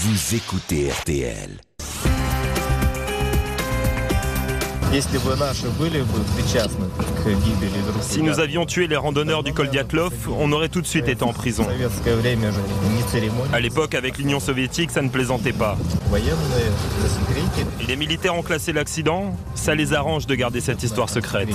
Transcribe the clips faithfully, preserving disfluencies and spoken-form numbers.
Vous écoutez R T L. Si nous avions tué les randonneurs du col Diatlov, on aurait tout de suite été en prison. À l'époque, avec l'Union soviétique, ça ne plaisantait pas. Et les militaires ont classé l'accident, ça les arrange de garder cette histoire secrète.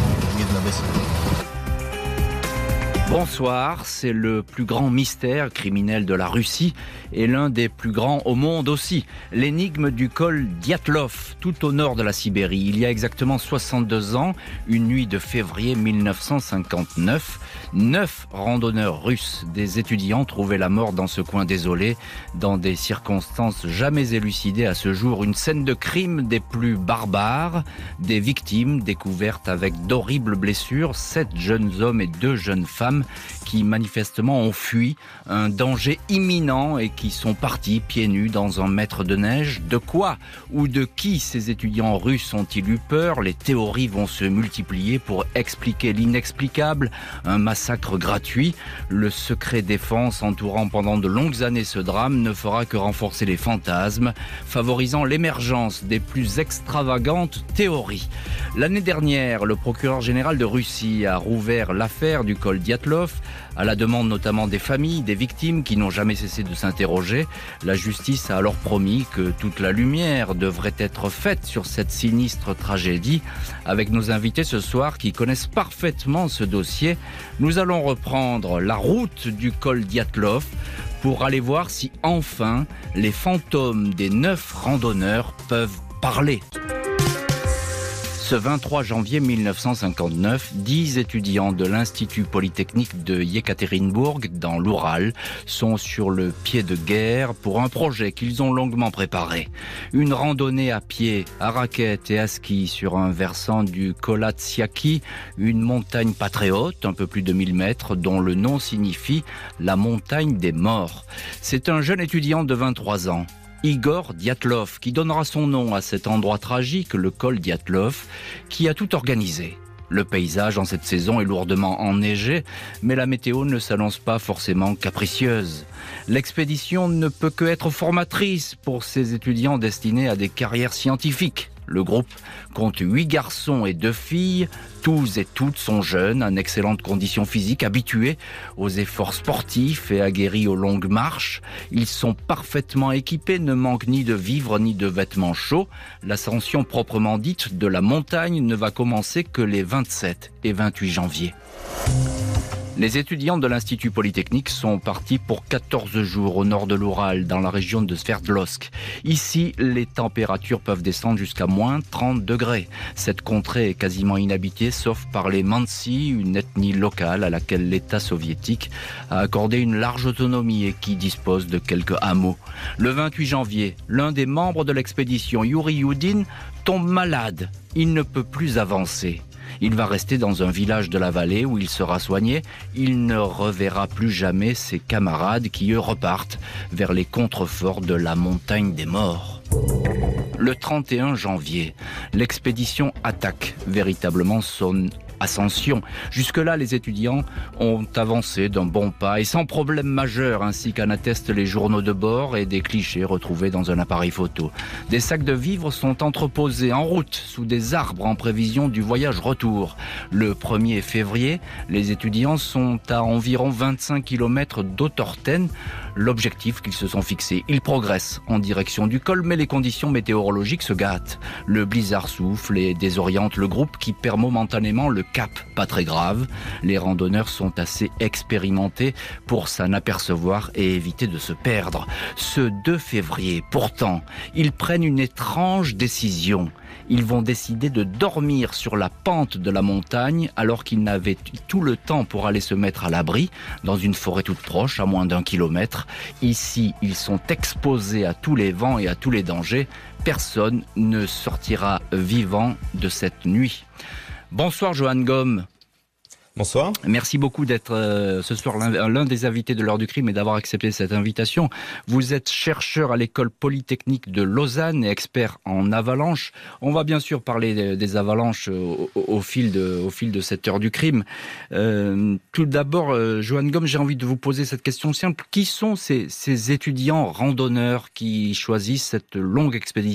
Bonsoir, c'est le plus grand mystère criminel de la Russie et l'un des plus grands au monde aussi. L'énigme du col Diatlov, tout au nord de la Sibérie. Il y a exactement soixante-deux ans, une nuit de février mille neuf cent cinquante-neuf, neuf randonneurs russes, des étudiants, trouvaient la mort dans ce coin désolé, dans des circonstances jamais élucidées à ce jour. Une scène de crime des plus barbares, des victimes découvertes avec d'horribles blessures, sept jeunes hommes et deux jeunes femmes qui manifestement ont fui un danger imminent et qui sont partis pieds nus dans un mètre de neige. De quoi ou de qui ces étudiants russes ont-ils eu peur? Les théories vont se multiplier pour expliquer l'inexplicable, un massacre gratuit. Le secret défense entourant pendant de longues années ce drame ne fera que renforcer les fantasmes, favorisant l'émergence des plus extravagantes théories. L'année dernière, le procureur général de Russie a rouvert l'affaire du col Diatlov, à la demande notamment des familles, des victimes qui n'ont jamais cessé de s'interroger. La justice a alors promis que toute la lumière devrait être faite sur cette sinistre tragédie. Avec nos invités ce soir qui connaissent parfaitement ce dossier, nous allons reprendre la route du col Diatlov pour aller voir si enfin les fantômes des neuf randonneurs peuvent parler. Ce vingt-trois janvier mille neuf cent cinquante-neuf, dix étudiants de l'Institut Polytechnique de Yekaterinbourg, dans l'Oural, sont sur le pied de guerre pour un projet qu'ils ont longuement préparé. Une randonnée à pied, à raquettes et à ski sur un versant du Kolatsiaki, une montagne pas très haute, un peu plus de mille mètres, dont le nom signifie la montagne des morts. C'est un jeune étudiant de vingt-trois ans. Igor Diatlov, qui donnera son nom à cet endroit tragique, le col Diatlov, qui a tout organisé. Le paysage en cette saison est lourdement enneigé, mais la météo ne s'annonce pas forcément capricieuse. L'expédition ne peut que être formatrice pour ces étudiants destinés à des carrières scientifiques. Le groupe compte huit garçons et deux filles. Tous et toutes sont jeunes, en excellente condition physique, habitués aux efforts sportifs et aguerris aux longues marches. Ils sont parfaitement équipés, ne manquent ni de vivres ni de vêtements chauds. L'ascension proprement dite de la montagne ne va commencer que les vingt-sept et vingt-huit janvier. Les étudiants de l'Institut Polytechnique sont partis pour quatorze jours au nord de l'Oural, dans la région de Sverdlovsk. Ici, les températures peuvent descendre jusqu'à moins trente degrés. Cette contrée est quasiment inhabitée, sauf par les Mansi, une ethnie locale à laquelle l'État soviétique a accordé une large autonomie et qui dispose de quelques hameaux. Le vingt-huit janvier, l'un des membres de l'expédition, Yuri Youdin, tombe malade. Il ne peut plus avancer. Il va rester dans un village de la vallée où il sera soigné. Il ne reverra plus jamais ses camarades qui, eux, repartent vers les contreforts de la montagne des morts. Le trente et un janvier, l'expédition attaque véritablement son ascension. Jusque-là, les étudiants ont avancé d'un bon pas et sans problème majeur, ainsi qu'en attestent les journaux de bord et des clichés retrouvés dans un appareil photo. Des sacs de vivres sont entreposés en route sous des arbres en prévision du voyage retour. Le premier février, les étudiants sont à environ vingt-cinq kilomètres d'Autorten, l'objectif qu'ils se sont fixés. Ils progressent en direction du col, mais les conditions météorologiques se gâtent. Le blizzard souffle et désoriente le groupe qui perd momentanément le cap. Pas très grave, les randonneurs sont assez expérimentés pour s'en apercevoir et éviter de se perdre. Ce deux février, pourtant, ils prennent une étrange décision. Ils vont décider de dormir sur la pente de la montagne alors qu'ils n'avaient tout le temps pour aller se mettre à l'abri dans une forêt toute proche, à moins d'un kilomètre. Ici, ils sont exposés à tous les vents et à tous les dangers. Personne ne sortira vivant de cette nuit. Bonsoir Johan Gomme. Bonsoir. Merci beaucoup d'être euh, ce soir l'un, l'un des invités de l'heure du crime et d'avoir accepté cette invitation. Vous êtes chercheur à l'école polytechnique de Lausanne et expert en avalanches. On va bien sûr parler des, des avalanches au, au, au, fil de, au fil de cette heure du crime. Euh, tout d'abord, euh, Johan Gomm, j'ai envie de vous poser cette question simple. Qui sont ces, ces étudiants randonneurs qui choisissent cette longue expédition ?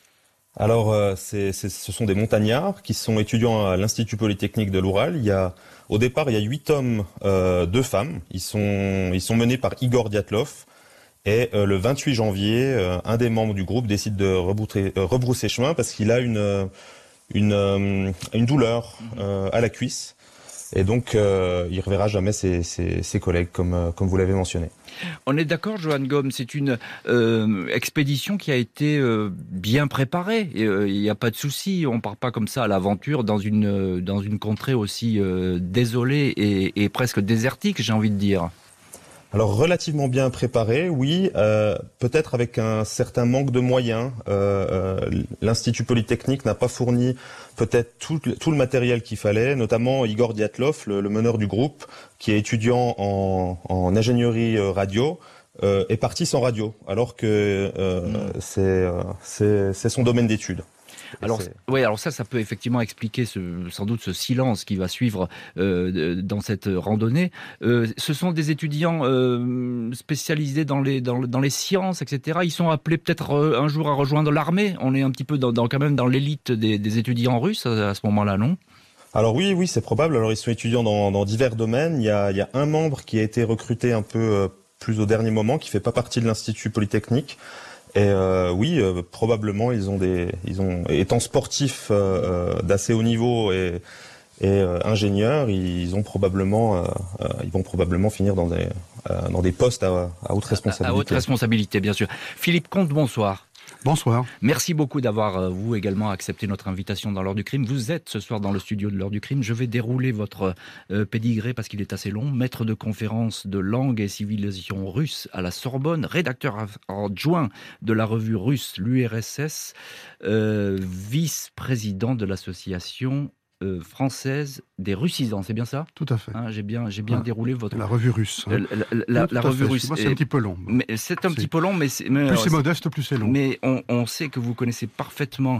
Alors, euh, c'est, c'est, ce sont des montagnards qui sont étudiants à l'Institut Polytechnique de l'Oural. Il y a, au départ, il y a huit hommes, euh, deux femmes. Ils sont, ils sont menés par Igor Dyatlov. Et euh, le vingt-huit janvier, euh, un des membres du groupe décide de rebrousser, euh, rebrousser chemin parce qu'il a une, une, euh, une douleur euh, à la cuisse. Et donc, euh, il ne reverra jamais ses, ses, ses collègues, comme, euh, comme vous l'avez mentionné. On est d'accord, Johan Gomm, c'est une euh, expédition qui a été euh, bien préparée. Il euh, n'y a pas de souci, on ne part pas comme ça à l'aventure dans une, dans une contrée aussi euh, désolée et, et presque désertique, j'ai envie de dire. Alors, relativement bien préparé, oui, euh, peut-être avec un certain manque de moyens. Euh, euh, L'Institut Polytechnique n'a pas fourni peut-être tout, tout le matériel qu'il fallait, notamment Igor Dyatlov, le, le meneur du groupe, qui est étudiant en, en ingénierie radio, euh, est parti sans radio, alors que euh, mmh. c'est, euh, c'est, c'est son domaine d'études. Alors, oui, alors ça, ça peut effectivement expliquer ce, sans doute ce silence qui va suivre euh, dans cette randonnée. Euh, ce sont des étudiants euh, spécialisés dans les, dans, dans les sciences, et cetera. Ils sont appelés peut-être euh, un jour à rejoindre l'armée. On est un petit peu dans, dans, quand même dans l'élite des, des étudiants russes à, à ce moment-là, non ? Alors oui, oui, c'est probable. Alors ils sont étudiants dans, dans divers domaines. Il y, a, il y a un membre qui a été recruté un peu euh, plus au dernier moment, qui fait pas partie de l'Institut Polytechnique. Et euh, oui, euh, probablement ils ont des, ils ont étant sportifs euh, d'assez haut niveau et, et euh, ingénieurs, ils ont probablement, euh, euh, ils vont probablement finir dans des, euh, dans des postes à, à haute responsabilité. À, à haute responsabilité, bien sûr. Philippe Comte, bonsoir. Bonsoir. Merci beaucoup d'avoir, euh, vous également, accepté notre invitation dans l'heure du crime. Vous êtes ce soir dans le studio de l'heure du crime. Je vais dérouler votre euh, pédigré parce qu'il est assez long. Maître de conférence de langue et civilisation russe à la Sorbonne, rédacteur adjoint de la revue russe, l'U R S S, euh, vice-président de l'association Euh, française des russisants, c'est bien ça ? Tout à fait. Hein, j'ai bien, j'ai bien ah, déroulé votre... La revue russe. Hein. La, la, la, la revue russe. Moi, c'est un petit peu long. Mais c'est un c'est... petit peu long, mais... C'est, mais plus alors, c'est modeste, plus c'est long. Mais on, on sait que vous connaissez parfaitement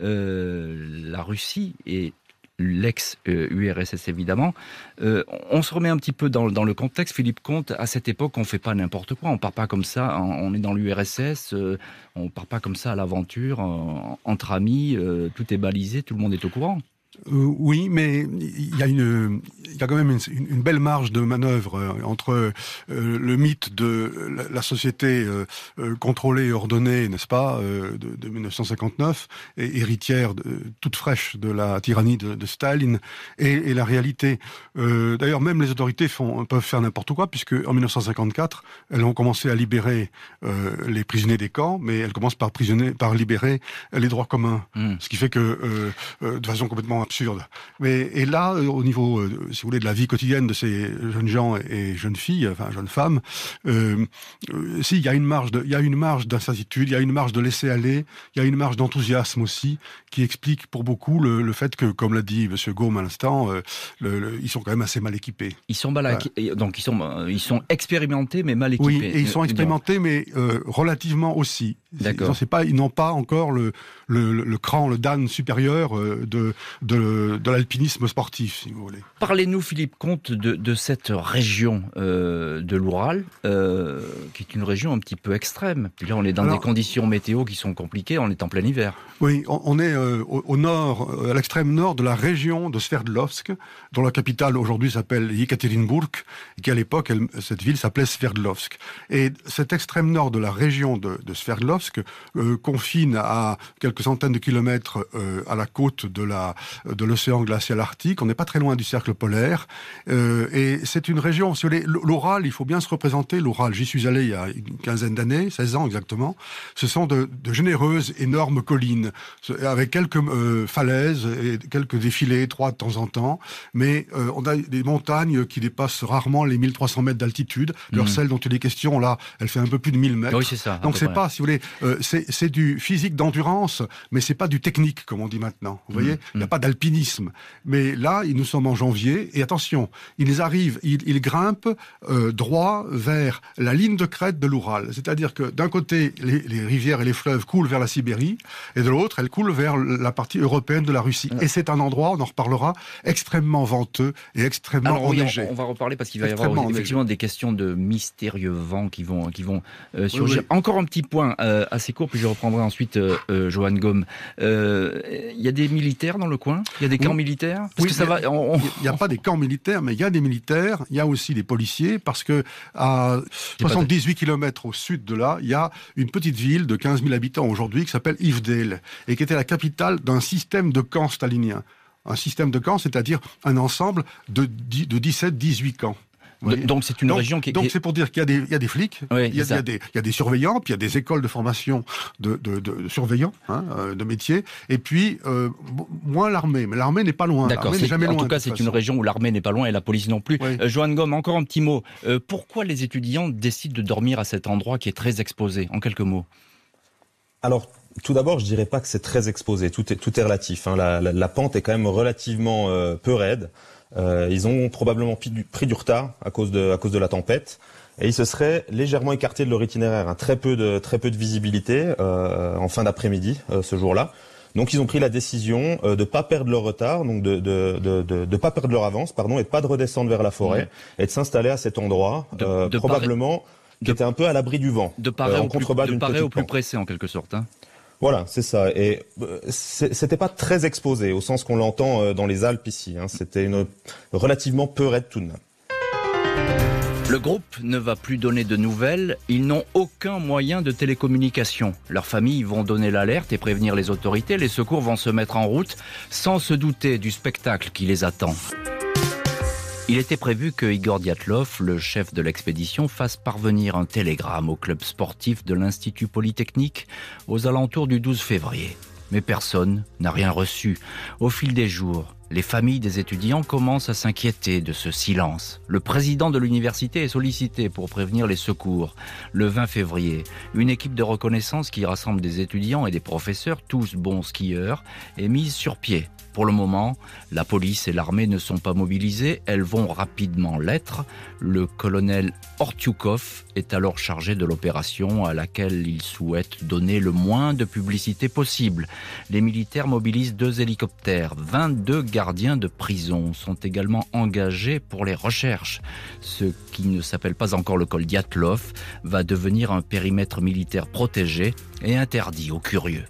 euh, la Russie et l'ex-U R S S, évidemment. Euh, on se remet un petit peu dans, dans le contexte. Philippe Comte, à cette époque, on ne fait pas n'importe quoi. On ne part pas comme ça. On est dans l'U R S S. Euh, on ne part pas comme ça à l'aventure, en, entre amis. Euh, tout est balisé, tout le monde est au courant. Euh, oui, mais il y a une, il y a quand même une, une belle marge de manœuvre euh, entre euh, le mythe de la, la société euh, euh, contrôlée et ordonnée, n'est-ce pas, euh, de, de mille neuf cent cinquante-neuf, et héritière de, toute fraîche de la tyrannie de, de Staline, et, et la réalité. Euh, d'ailleurs, même les autorités font, peuvent faire n'importe quoi, puisque en mille neuf cent cinquante-quatre, elles ont commencé à libérer euh, les prisonniers des camps, mais elles commencent par, prisonniers, par libérer les droits communs, mmh. ce qui fait que, euh, euh, de façon complètement absurde. Mais, et là, au niveau, euh, si vous voulez, de la vie quotidienne de ces jeunes gens et jeunes filles, enfin jeunes femmes, euh, euh, si, il y a une marge de, il y a une marge d'incertitude, il y a une marge de laisser aller, il y a une marge d'enthousiasme aussi, qui explique pour beaucoup le, le fait que, comme l'a dit M. Gomm à l'instant, euh, le, le, ils sont quand même assez mal équipés. Ils sont mal équipés, donc ils sont, ils sont expérimentés mais mal équipés. Oui, et ils sont expérimentés donc. mais euh, relativement aussi. D'accord. Ils, pas, ils n'ont pas encore le, le, le, le cran, le dan supérieur de, de, de l'alpinisme sportif, si vous voulez. Parlez-nous, Philippe Comte, de, de cette région euh, de l'Oural, euh, qui est une région un petit peu extrême. Puis là, on est dans Alors, des conditions météo qui sont compliquées, on est en plein hiver. Oui, on, on est euh, au, au nord, à l'extrême nord de la région de Sverdlovsk, dont la capitale aujourd'hui s'appelle Yekaterinbourg, et qui à l'époque, elle, cette ville s'appelait Sverdlovsk. Et cet extrême nord de la région de, de Sverdlovsk euh, confine à quelques centaines de kilomètres euh, à la côte de, la, de l'océan glacial arctique. On n'est pas très loin du cercle polaire. Euh, et c'est une région, si vous voulez, l'Oural, il faut bien se représenter. L'Oural, j'y suis allé il y a une quinzaine d'années, seize ans exactement. Ce sont de, de généreuses, énormes collines, avec quelques euh, falaises et quelques défilés étroits de temps en temps. Mais euh, on a des montagnes qui dépassent rarement les mille trois cents mètres d'altitude. Mmh. Leur celle dont il est question, là, elle fait un peu plus de mille mètres. Oui, c'est ça. Donc c'est pas, si vous voulez, euh, c'est, c'est du physique d'endurance, mais c'est pas du technique, comme on dit maintenant. Vous voyez, il n'y a pas d'alpinisme. Mais là, nous sommes en janvier, et attention, ils arrivent, ils, ils grimpent euh, droit vers la ligne de crête de l'Oural. C'est-à-dire que d'un côté, les, les rivières et les fleuves coulent vers la Sibérie, et de l'autre, elles coulent vers la partie européenne de la Russie. Et c'est un endroit, on en reparlera, extrêmement venteux et extrêmement Alors, oui, enneigé. on, on va reparler parce qu'il va y avoir oui, effectivement des questions de mystérieux vents qui vont, qui vont euh, surgir. Oui, oui. Encore un petit point euh, assez court, puis je reprendrai ensuite euh, euh, Johan Gaume. Il euh, y a des militaires dans le coin ? Il y a des camps oui. militaires parce oui, que ça va. Il n'y a pas des camps militaires, mais il y a des militaires. Il y a aussi des policiers parce que à soixante-dix-huit kilomètres au sud de là, il y a une petite ville de quinze mille habitants aujourd'hui qui s'appelle Ivdel et qui était la capitale d'un système de camps staliniens. Un système de camps, c'est-à-dire un ensemble de, de dix-sept dix-huit camps. De, donc c'est une donc, région qui... Donc c'est pour dire qu'il y a des, il y a des flics, oui, il, y a, il, y a des, il y a des surveillants, puis il y a des écoles de formation de, de, de, de surveillants, hein, de métiers, et puis euh, moins l'armée. Mais l'armée n'est pas loin. D'accord, n'est jamais en loin, tout cas c'est une région où l'armée n'est pas loin et la police non plus. Oui. Euh, Johan Gaume, encore un petit mot. Euh, pourquoi les étudiants décident de dormir à cet endroit qui est très exposé ? En quelques mots. Alors, tout d'abord, je dirais pas que c'est très exposé. Tout est, tout est relatif. Hein. La, la, la pente est quand même relativement euh, peu raide. Euh, ils ont probablement pris du, pris du retard à cause de, à cause de la tempête. Et ils se seraient légèrement écartés de leur itinéraire. Hein. Très peu de, très peu de visibilité euh, en fin d'après-midi euh, ce jour-là. Donc, ils ont pris la décision euh, de pas perdre leur retard, donc de de de de, de pas perdre leur avance, pardon, et de pas de redescendre vers la forêt mmh. et de s'installer à cet endroit, de, euh, de probablement paré... qui de... était un peu à l'abri du vent, de parer euh, en contrebas d'une petite pente. De parer au plus pressé en quelque sorte. Hein. Voilà, c'est ça. Et c'était pas très exposé, au sens qu'on l'entend dans les Alpes ici. Hein. C'était une relativement peu raide tout de même. Le groupe ne va plus donner de nouvelles. Ils n'ont aucun moyen de télécommunication. Leurs familles vont donner l'alerte et prévenir les autorités. Les secours vont se mettre en route sans se douter du spectacle qui les attend. Il était prévu que Igor Dyatlov, le chef de l'expédition, fasse parvenir un télégramme au club sportif de l'Institut Polytechnique aux alentours du douze février. Mais personne n'a rien reçu. Au fil des jours, les familles des étudiants commencent à s'inquiéter de ce silence. Le président de l'université est sollicité pour prévenir les secours. Le vingt février, une équipe de reconnaissance qui rassemble des étudiants et des professeurs, tous bons skieurs, est mise sur pied. Pour le moment, la police et l'armée ne sont pas mobilisées, elles vont rapidement l'être. Le colonel Ortiukov est alors chargé de l'opération à laquelle il souhaite donner le moins de publicité possible. Les militaires mobilisent deux hélicoptères, vingt-deux gardiens de prison sont également engagés pour les recherches. Ce qui ne s'appelle pas encore le col Dyatlov va devenir un périmètre militaire protégé et interdit aux curieux.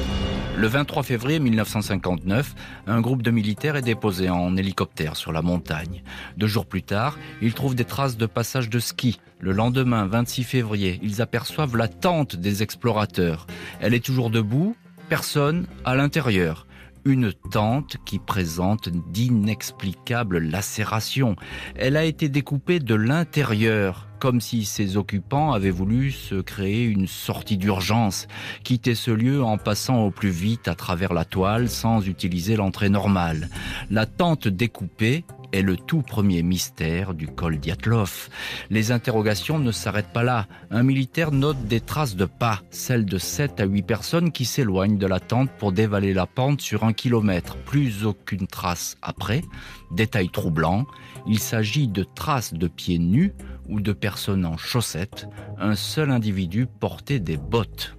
Le vingt-trois février mille neuf cent cinquante-neuf, un groupe de militaires est déposé en hélicoptère sur la montagne. Deux jours plus tard, ils trouvent des traces de passage de ski. Le lendemain, vingt-six février, ils aperçoivent la tente des explorateurs. Elle est toujours debout, personne à l'intérieur. Une tente qui présente d'inexplicables lacérations. Elle a été découpée de l'intérieur, comme si ses occupants avaient voulu se créer une sortie d'urgence, quitter ce lieu en passant au plus vite à travers la toile sans utiliser l'entrée normale. La tente découpée est le tout premier mystère du col Dyatlov. Les interrogations ne s'arrêtent pas là. Un militaire note des traces de pas, celles de sept à huit personnes qui s'éloignent de la tente pour dévaler la pente sur un kilomètre. Plus aucune trace après. Détail troublant, il s'agit de traces de pieds nus ou de personnes en chaussettes. Un seul individu portait des bottes.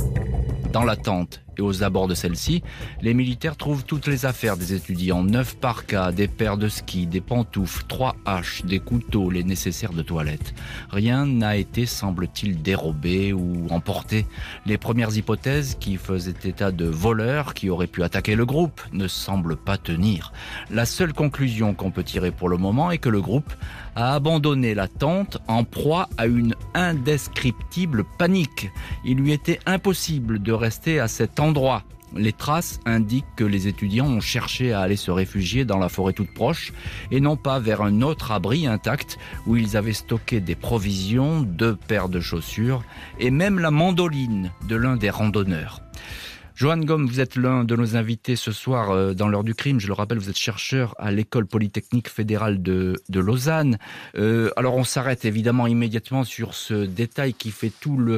Dans la tente et aux abords de celle-ci, les militaires trouvent toutes les affaires des étudiants. Neuf parkas, des paires de skis, des pantoufles, trois haches, des couteaux, les nécessaires de toilette. Rien n'a été, semble-t-il, dérobé ou emporté. Les premières hypothèses qui faisaient état de voleurs qui auraient pu attaquer le groupe ne semblent pas tenir. La seule conclusion qu'on peut tirer pour le moment est que le groupe a abandonné la tente en proie à une indescriptible panique. Il lui était impossible de rester à cet endroit. Les traces indiquent que les étudiants ont cherché à aller se réfugier dans la forêt toute proche et non pas vers un autre abri intact où ils avaient stocké des provisions, deux paires de chaussures et même la mandoline de l'un des randonneurs. Johan Gaume, vous êtes l'un de nos invités ce soir dans l'heure du crime. Je le rappelle, vous êtes chercheur à l'École Polytechnique Fédérale de, de Lausanne. Euh, alors on s'arrête évidemment immédiatement sur ce détail qui fait tout le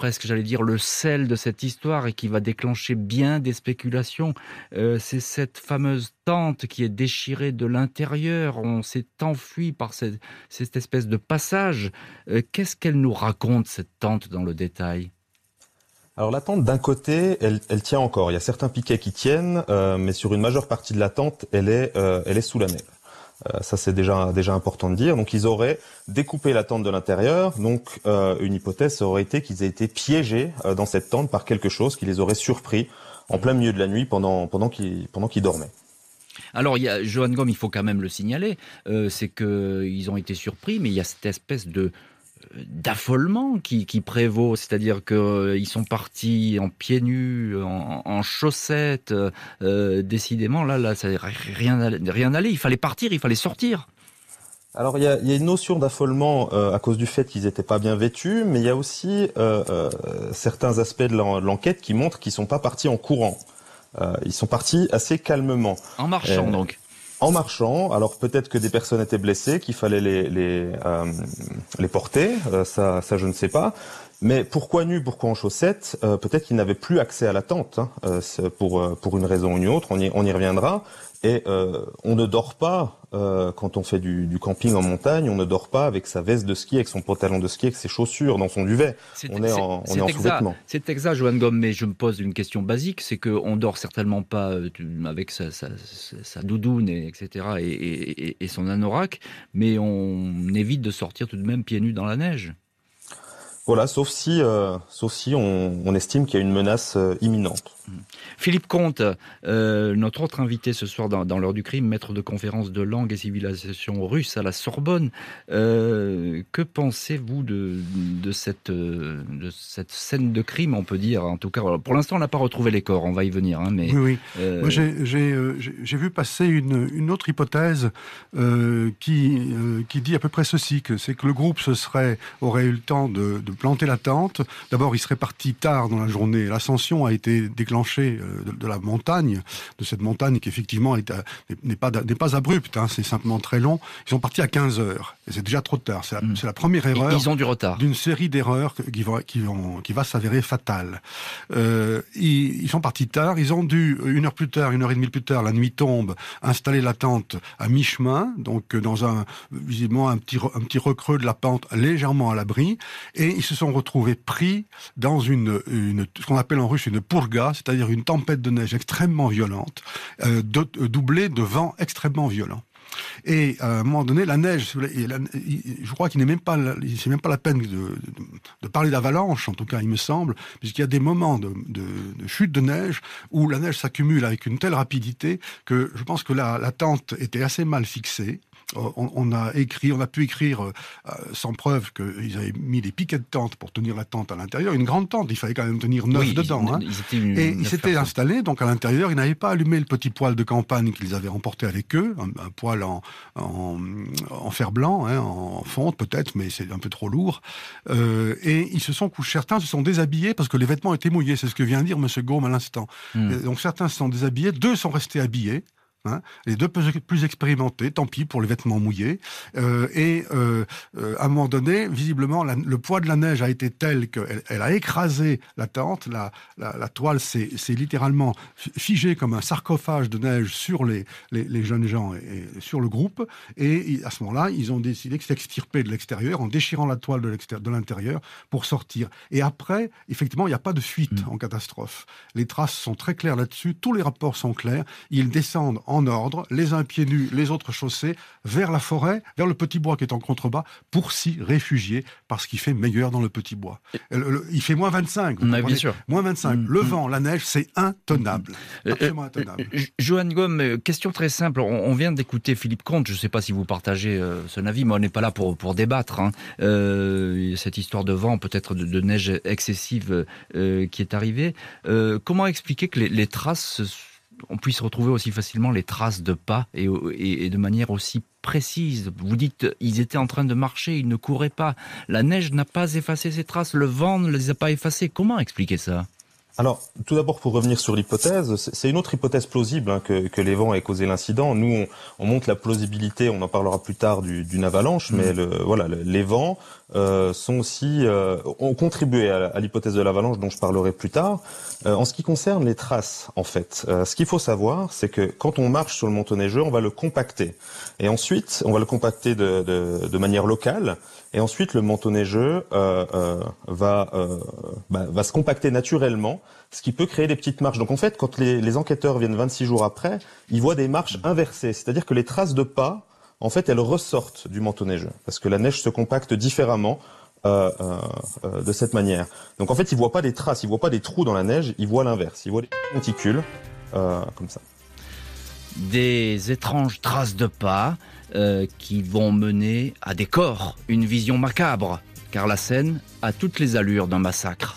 presque, j'allais dire, le sel de cette histoire et qui va déclencher bien des spéculations. Euh, c'est cette fameuse tente qui est déchirée de l'intérieur. On s'est enfui par cette, cette espèce de passage. Euh, qu'est-ce qu'elle nous raconte, cette tente, dans le détail ? Alors la tente, d'un côté, elle, elle tient encore. Il y a certains piquets qui tiennent, euh, mais sur une majeure partie de la tente, elle est, euh, elle est sous la neige. Euh, ça, c'est déjà, déjà important de dire. Donc ils auraient découpé la tente de l'intérieur. Donc euh, une hypothèse aurait été qu'ils aient été piégés euh, dans cette tente par quelque chose qui les aurait surpris en plein milieu de la nuit pendant, pendant qu'ils, pendant qu'ils dormaient. Alors, il y a, Johan Gom, il faut quand même le signaler, euh, c'est qu'ils ont été surpris, mais il y a cette espèce de d'affolement qui, qui prévaut, c'est-à-dire qu'ils euh, sont partis en pieds nus, en, en chaussettes, euh, décidément, là, là, ça rien, rien allait, il fallait partir, il fallait sortir. Alors il y a, il y a une notion d'affolement euh, à cause du fait qu'ils n'étaient pas bien vêtus, mais il y a aussi euh, euh, certains aspects de l'enquête qui montrent qu'ils sont pas partis en courant. Euh, ils sont partis assez calmement. En marchant euh, donc. En marchant, alors peut-être que des personnes étaient blessées, qu'il fallait les les, euh, les porter, euh, ça, ça je ne sais pas. Mais pourquoi nus, pourquoi en chaussettes euh, Peut-être qu'ils n'avaient plus accès à la tente, hein, euh, pour pour une raison ou une autre. On y on y reviendra. Et euh, on ne dort pas euh, quand on fait du, du camping en montagne. On ne dort pas avec sa veste de ski, avec son pantalon de ski, avec ses chaussures dans son duvet. C'est, on est en, on est en sous-vêtements. C'est exact, Johan Gom, mais je me pose une question basique, c'est qu'on dort certainement pas avec sa, sa, sa doudoune, et, etc., et, et, et son anorak, mais on évite de sortir tout de même pieds nus dans la neige. Voilà, sauf si, euh, sauf si on, on estime qu'il y a une menace euh, imminente. Philippe Comte, euh, notre autre invité ce soir dans, dans l'heure du crime, maître de conférence de langue et civilisation russe à la Sorbonne. Euh, que pensez-vous de, de, cette, de cette scène de crime, on peut dire? En tout cas, pour l'instant, on n'a pas retrouvé les corps, on va y venir. Hein, mais, oui, oui. Euh... Moi, j'ai, j'ai, j'ai, j'ai vu passer une, une autre hypothèse euh, qui, euh, qui dit à peu près ceci, que c'est que le groupe se serait, aurait eu le temps de, de planter la tente. D'abord, il serait parti tard dans la journée. L'ascension a été déclenchée de, de la montagne, de cette montagne qui effectivement est à, n'est, pas, n'est pas abrupte, hein, c'est simplement très long. Ils sont partis à quinze heures, et c'est déjà trop tard. C'est la, mmh. c'est la première erreur. Ils ont du retard. D'une série d'erreurs qui, va, qui, vont, qui va s'avérer fatale. Euh, ils, ils sont partis tard, ils ont dû, une heure plus tard, une heure et demie plus tard, la nuit tombe, installer la tente à mi-chemin, donc dans un, visiblement un petit, un petit recreux de la pente légèrement à l'abri, et ils se sont retrouvés pris dans une, une ce qu'on appelle en russe une purga, c'est-à-dire une tempête de neige extrêmement violente, euh, de, doublée de vent extrêmement violent. Et à un moment donné, la neige, je crois qu'il n'est même pas, c'est même pas la peine de, de, de parler d'avalanche, en tout cas, il me semble, puisqu'il y a des moments de, de, de chute de neige où la neige s'accumule avec une telle rapidité que je pense que la, la tente était assez mal fixée. On, on a écrit, on a pu écrire euh, sans preuve qu'ils avaient mis des piquets de tente pour tenir la tente à l'intérieur. Une grande tente, il fallait quand même tenir neuf oui, dedans. Ils, hein. ils une, et ils s'étaient installés donc à l'intérieur. Ils n'avaient pas allumé le petit poêle de campagne qu'ils avaient emporté avec eux, un, un poêle en, en, en fer blanc, hein, en fonte peut-être, mais c'est un peu trop lourd. Euh, et ils se sont couchés. Certains se sont déshabillés parce que les vêtements étaient mouillés. C'est ce que vient de dire M. Gaume à l'instant. Mmh. Donc certains se sont déshabillés, deux sont restés habillés. Hein, les deux plus expérimentés, tant pis pour les vêtements mouillés. Euh, et euh, euh, à un moment donné, visiblement, la, le poids de la neige a été tel qu'elle elle a écrasé la tente. La, la, la toile s'est, s'est littéralement figée comme un sarcophage de neige sur les, les, les jeunes gens et, et sur le groupe. Et à ce moment-là, ils ont décidé de s'extirper de l'extérieur en déchirant la toile de, l'extérieur, de l'intérieur pour sortir. Et après, effectivement, il n'y a pas de fuite mmh. en catastrophe. Les traces sont très claires là-dessus. Tous les rapports sont clairs. Ils descendent en ordre, les uns pieds nus, les autres chaussés, vers la forêt, vers le petit bois qui est en contrebas, pour s'y réfugier, parce qu'il fait meilleur dans le petit bois. Le, le, il fait moins vingt-cinq, vous comprenez ? Bien sûr. Moins vingt-cinq. Mmh. Le vent, la neige, c'est intenable. Mmh. Absolument intenable. Euh, Johan Gom, question très simple. On, on vient d'écouter Philippe Comte. Je ne sais pas si vous partagez euh, son avis, mais on n'est pas là pour, pour débattre. Hein. Euh, cette histoire de vent, peut-être de, de neige excessive euh, qui est arrivée. Euh, comment expliquer que les, les traces... on puisse retrouver aussi facilement les traces de pas et, et, et de manière aussi précise. Vous dites, ils étaient en train de marcher, ils ne couraient pas. La neige n'a pas effacé ces traces, le vent ne les a pas effacées. Comment expliquer ça ? Alors, tout d'abord, pour revenir sur l'hypothèse, c'est une autre hypothèse plausible hein, que, que les vents aient causé l'incident. Nous, on, on montre la plausibilité, on en parlera plus tard, du, d'une avalanche, mmh. mais le, voilà, le, les vents euh, sont aussi euh, ont contribué à, à l'hypothèse de l'avalanche, dont je parlerai plus tard. Euh, en ce qui concerne les traces, en fait, euh, ce qu'il faut savoir, c'est que quand on marche sur le manteau neigeux, on va le compacter, et ensuite, on va le compacter de, de, de manière locale. Et ensuite, le manteau neigeux euh, euh, va euh, bah, va se compacter naturellement, ce qui peut créer des petites marches. Donc en fait, quand les, les enquêteurs viennent vingt-six jours après, ils voient des marches inversées, c'est-à-dire que les traces de pas, en fait, elles ressortent du manteau neigeux, parce que la neige se compacte différemment euh, euh, euh, de cette manière. Donc en fait, ils voient pas des traces, ils voient pas des trous dans la neige, ils voient l'inverse, ils voient des monticules euh, comme ça. Des étranges traces de pas euh, qui vont mener à des corps, une vision macabre, car la scène a toutes les allures d'un massacre.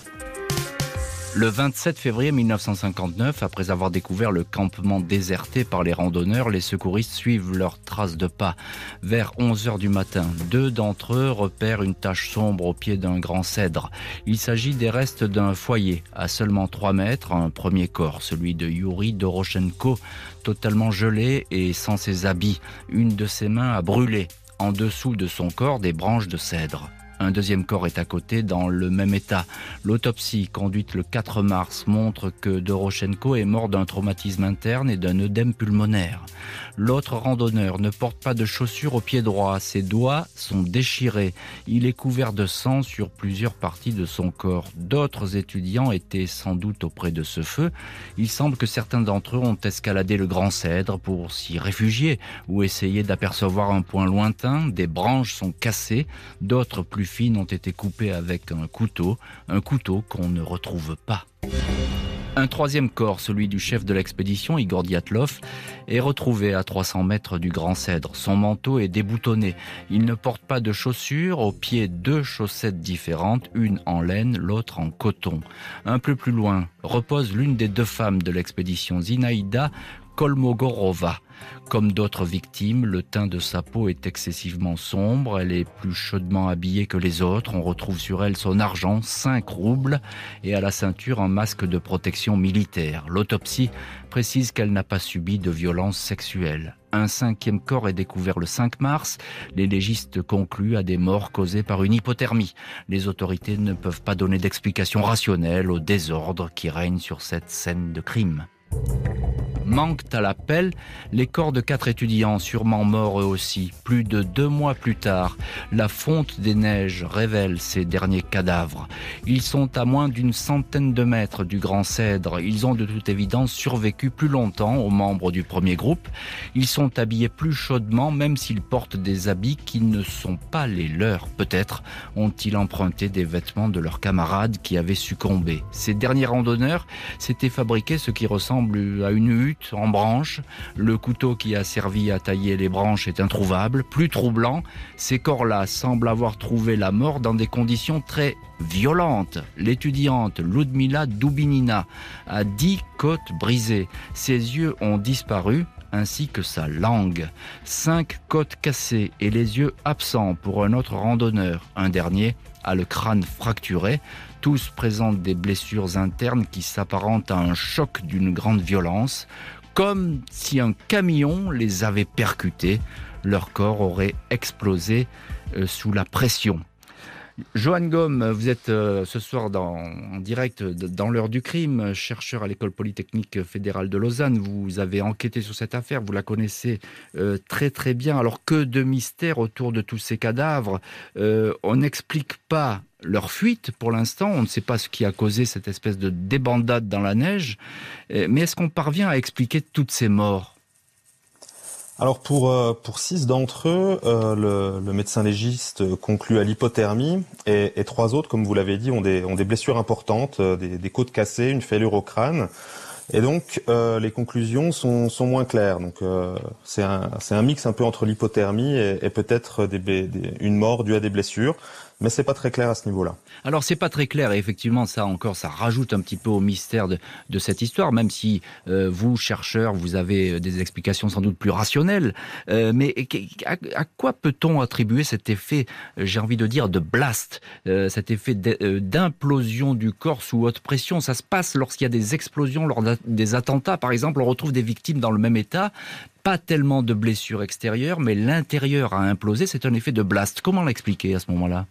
Le vingt-sept février mille neuf cent cinquante-neuf, après avoir découvert le campement déserté par les randonneurs, les secouristes suivent leurs traces de pas. Vers onze heures du matin, deux d'entre eux repèrent une tache sombre au pied d'un grand cèdre. Il s'agit des restes d'un foyer. À seulement trois mètres, un premier corps, celui de Yuri Doroshenko, totalement gelé et sans ses habits. Une de ses mains a brûlé. En dessous de son corps, des branches de cèdre. Un deuxième corps est à côté, dans le même état. L'autopsie, conduite le quatre mars, montre que Doroshenko est mort d'un traumatisme interne et d'un œdème pulmonaire. L'autre randonneur ne porte pas de chaussures au pied droit. Ses doigts sont déchirés. Il est couvert de sang sur plusieurs parties de son corps. D'autres étudiants étaient sans doute auprès de ce feu. Il semble que certains d'entre eux ont escaladé le grand cèdre pour s'y réfugier ou essayer d'apercevoir un point lointain. Des branches sont cassées. D'autres plus fines ont été coupées avec un couteau. Un couteau qu'on ne retrouve pas. Un troisième corps, celui du chef de l'expédition, Igor Dyatlov, est retrouvé à trois cents mètres du Grand Cèdre. Son manteau est déboutonné. Il ne porte pas de chaussures, aux pieds deux chaussettes différentes, une en laine, l'autre en coton. Un peu plus loin repose l'une des deux femmes de l'expédition, Zinaïda Kolmogorova. Comme d'autres victimes, le teint de sa peau est excessivement sombre, elle est plus chaudement habillée que les autres, on retrouve sur elle son argent, cinq roubles, et à la ceinture un masque de protection militaire. L'autopsie précise qu'elle n'a pas subi de violence sexuelle. Un cinquième corps est découvert le cinq mars. Les légistes concluent à des morts causées par une hypothermie. Les autorités ne peuvent pas donner d'explication rationnelle au désordre qui règne sur cette scène de crime. Manquent à l'appel les corps de quatre étudiants, sûrement morts eux aussi. Plus de deux mois plus tard, la fonte des neiges révèle ces derniers cadavres. Ils sont à moins d'une centaine de mètres du Grand Cèdre. Ils ont de toute évidence survécu plus longtemps aux membres du premier groupe. Ils sont habillés plus chaudement, même s'ils portent des habits qui ne sont pas les leurs. Peut-être ont-ils emprunté des vêtements de leurs camarades qui avaient succombé. Ces derniers randonneurs s'étaient fabriqués ce qui ressemble à une hutte en branches. Le couteau qui a servi à tailler les branches est introuvable. Plus troublant, ces corps-là semblent avoir trouvé la mort dans des conditions très violentes. L'étudiante Ludmila Dubinina a dix côtes brisées. Ses yeux ont disparu, ainsi que sa langue. Cinq côtes cassées et les yeux absents pour un autre randonneur. Un dernier a le crâne fracturé. Tous présentent des blessures internes qui s'apparentent à un choc d'une grande violence, comme si un camion les avait percutés. Leur corps aurait explosé euh, sous la pression. Johan Gaume, vous êtes euh, ce soir dans, en direct dans l'heure du crime, chercheur à l'école polytechnique fédérale de Lausanne. Vous avez enquêté sur cette affaire, vous la connaissez euh, très très bien. Alors que de mystère autour de tous ces cadavres. euh, On n'explique pas leur fuite pour l'instant, on ne sait pas ce qui a causé cette espèce de débandade dans la neige. Mais est-ce qu'on parvient à expliquer toutes ces morts ? Alors pour euh, pour six d'entre eux, euh, le, le médecin légiste conclut à l'hypothermie et, et trois autres, comme vous l'avez dit, ont des ont des blessures importantes, euh, des, des côtes cassées, une fêlure au crâne. Et donc euh, les conclusions sont sont moins claires. Donc euh, c'est un c'est un mix un peu entre l'hypothermie et, et peut-être des, des une mort due à des blessures. mais c'est pas très clair à ce niveau-là. Alors c'est pas très clair et effectivement ça encore ça rajoute un petit peu au mystère de, de cette histoire, même si euh, vous chercheurs vous avez des explications sans doute plus rationnelles. Euh, mais à, à quoi peut-on attribuer cet effet, j'ai envie de dire, de blast, euh, cet effet d'implosion du corps sous haute pression? Ça se passe lorsqu'il y a des explosions, lors des attentats par exemple. On retrouve des victimes dans le même état. Pas tellement de blessures extérieures, mais l'intérieur a implosé. C'est un effet de blast. Comment l'expliquer à ce moment-là?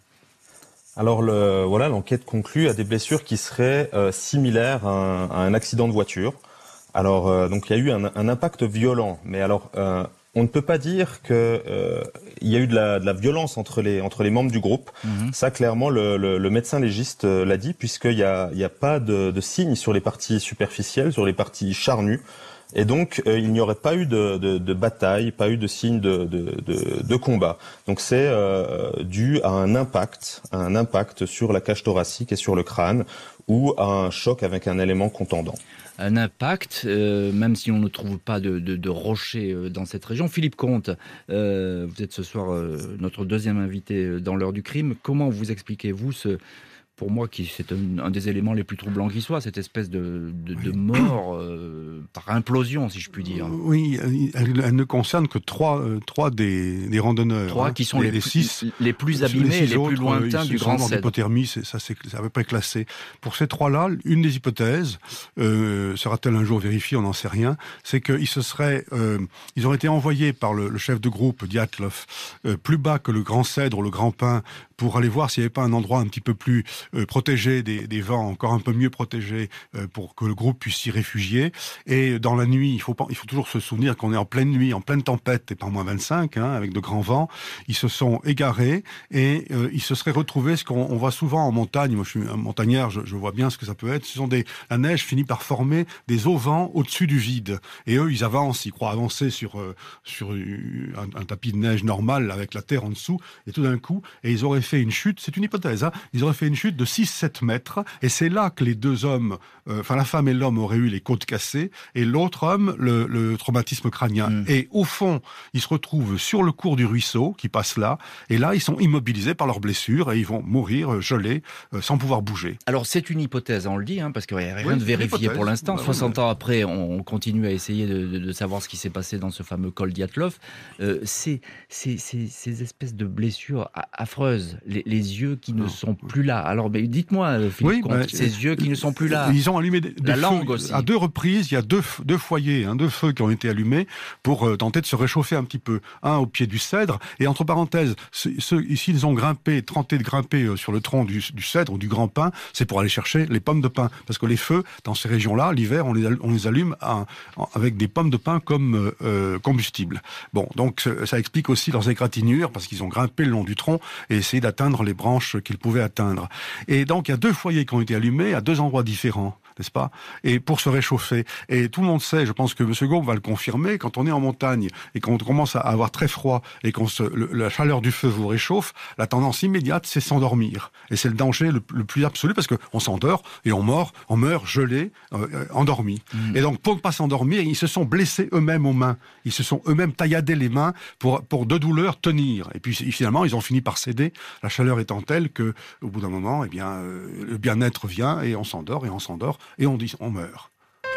Alors le, voilà, l'enquête conclut à des blessures qui seraient euh, similaires à un, à un accident de voiture. Alors euh, donc il y a eu un, un impact violent, mais alors euh, on ne peut pas dire que euh, il y a eu de la, de la violence entre les entre les membres du groupe. Mmh. Ça clairement le, le, le médecin légiste euh, l'a dit, puisqu'il y a il y a pas de, de signes sur les parties superficielles, sur les parties charnues. Et donc, euh, il n'y aurait pas eu de, de, de bataille, pas eu de signe de, de, de, de combat. Donc, c'est euh, dû à un impact, à un impact sur la cage thoracique et sur le crâne, ou à un choc avec un élément contendant. Un impact, euh, même si on ne trouve pas de, de, de rochers dans cette région. Philippe Comte, euh, vous êtes ce soir euh, notre deuxième invité dans l'heure du crime. Comment vous expliquez-vous ce... Pour moi, qui c'est un, un des éléments les plus troublants qui soit, cette espèce de, de, de mort euh, par implosion, si je puis dire. Oui, elle, elle ne concerne que trois, euh, trois des, des randonneurs. Trois hein. qui sont les, les, les, six, les plus abîmés et les plus lointains du Grand Cèdre. L'hypothermie, c'est, ça c'est, c'est à peu près classé. Pour ces trois-là, une des hypothèses, euh, sera-t-elle un jour vérifiée, on n'en sait rien, c'est qu'ils se seraient, euh, ils ont été envoyés par le, le chef de groupe, Dyatlov, euh, plus bas que le Grand Cèdre ou le Grand Pin, pour aller voir s'il n'y avait pas un endroit un petit peu plus euh, protégé des, des vents, encore un peu mieux protégé euh, pour que le groupe puisse s'y réfugier. Et dans la nuit, il faut, il faut toujours se souvenir qu'on est en pleine nuit, en pleine tempête et pas moins vingt-cinq, hein, avec de grands vents. Ils se sont égarés et euh, ils se seraient retrouvés, ce qu'on on voit souvent en montagne. Moi, je suis un montagnard, je, je vois bien ce que ça peut être. Ce sont des, la neige finit par former des auvents au-dessus du vide. Et eux, ils avancent, ils croient avancer sur, euh, sur un, un tapis de neige normal avec la terre en dessous. Et tout d'un coup, et ils auraient fait une chute, c'est une hypothèse, hein, ils auraient fait une chute de six sept mètres, et c'est là que les deux hommes, euh, enfin la femme et l'homme auraient eu les côtes cassées, et l'autre homme, le, le traumatisme crânien. Mmh. Et au fond, ils se retrouvent sur le cours du ruisseau, qui passe là, et là, ils sont immobilisés par leurs blessures, et ils vont mourir gelés, euh, sans pouvoir bouger. Alors c'est une hypothèse, on le dit, hein, parce qu'il n'y a rien oui, de vérifié pour l'instant. Bah, soixante ans après, on continue à essayer de, de, de savoir ce qui s'est passé dans ce fameux col Dyatlov. Euh, c'est, c'est, c'est, ces espèces de blessures affreuses, les, les yeux qui ne sont plus là. Alors, mais dites-moi, Philippe oui, Comte, bah, ces yeux qui ne sont plus là. Ils ont allumé des, des la feux, langue aussi. À deux reprises, il y a deux, deux foyers, hein, deux feux qui ont été allumés pour euh, tenter de se réchauffer un petit peu. Un au pied du cèdre, et entre parenthèses, ceux ici, ils ont grimpé, tenté de grimper euh, sur le tronc du, du cèdre ou du grand pin, c'est pour aller chercher les pommes de pin. Parce que les feux, dans ces régions-là, l'hiver, on les, on les allume à, à, avec des pommes de pin comme euh, combustible. Bon, donc ça explique aussi leurs égratignures, parce qu'ils ont grimpé le long du tronc et essayé d'atteindre les branches qu'ils pouvaient atteindre. Et donc, il y a deux foyers qui ont été allumés à deux endroits différents, n'est-ce pas? Et pour se réchauffer. Et tout le monde sait, je pense que M. Gaume va le confirmer, quand on est en montagne et qu'on commence à avoir très froid et qu'on se, le, la chaleur du feu vous réchauffe, la tendance immédiate, c'est s'endormir. Et c'est le danger le, le plus absolu, parce qu'on s'endort et on meurt, on meurt gelé, euh, endormi. Mmh. Et donc, pour ne pas s'endormir, ils se sont blessés eux-mêmes aux mains. Ils se sont eux-mêmes tailladés les mains pour, pour de douleur tenir. Et puis, finalement, ils ont fini par céder, la chaleur étant telle que, au bout d'un moment, eh bien, euh, le bien-être vient et on s'endort et on s'endort et on dit on meurt.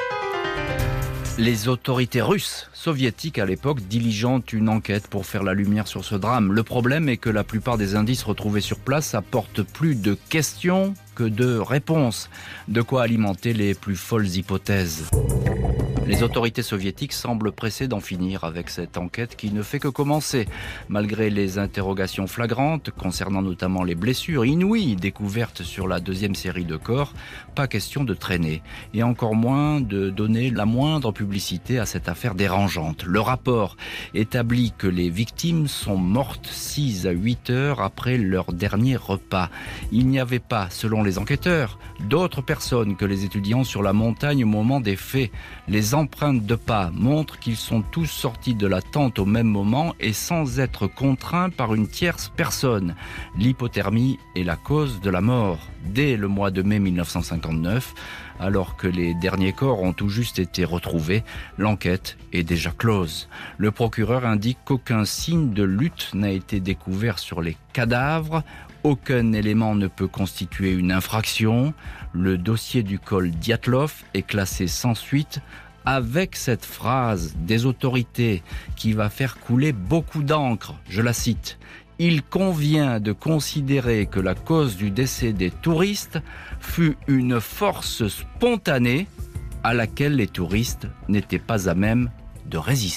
Les autorités russes, soviétiques à l'époque, diligentent une enquête pour faire la lumière sur ce drame. Le problème est que la plupart des indices retrouvés sur place apportent plus de questions que de réponses. De quoi alimenter les plus folles hypothèses. Les autorités soviétiques semblent pressées d'en finir avec cette enquête qui ne fait que commencer. Malgré les interrogations flagrantes concernant notamment les blessures inouïes découvertes sur la deuxième série de corps, pas question de traîner. Et encore moins de donner la moindre publicité à cette affaire dérangeante. Le rapport établit que les victimes sont mortes six à huit heures après leur dernier repas. Il n'y avait pas, selon les enquêteurs, d'autres personnes que les étudiants sur la montagne au moment des faits. Les empreintes de pas montrent qu'ils sont tous sortis de la tente au même moment et sans être contraints par une tierce personne. L'hypothermie est la cause de la mort. Dès le mois de mai mille neuf cent cinquante-neuf, alors que les derniers corps ont tout juste été retrouvés, l'enquête est déjà close. Le procureur indique qu'aucun signe de lutte n'a été découvert sur les cadavres Aucun élément ne peut constituer une infraction. Le dossier du col Dyatlov est classé sans suite, avec cette phrase des autorités qui va faire couler beaucoup d'encre. Je la cite. « Il convient de considérer que la cause du décès des touristes fut une force spontanée à laquelle les touristes n'étaient pas à même de résister. »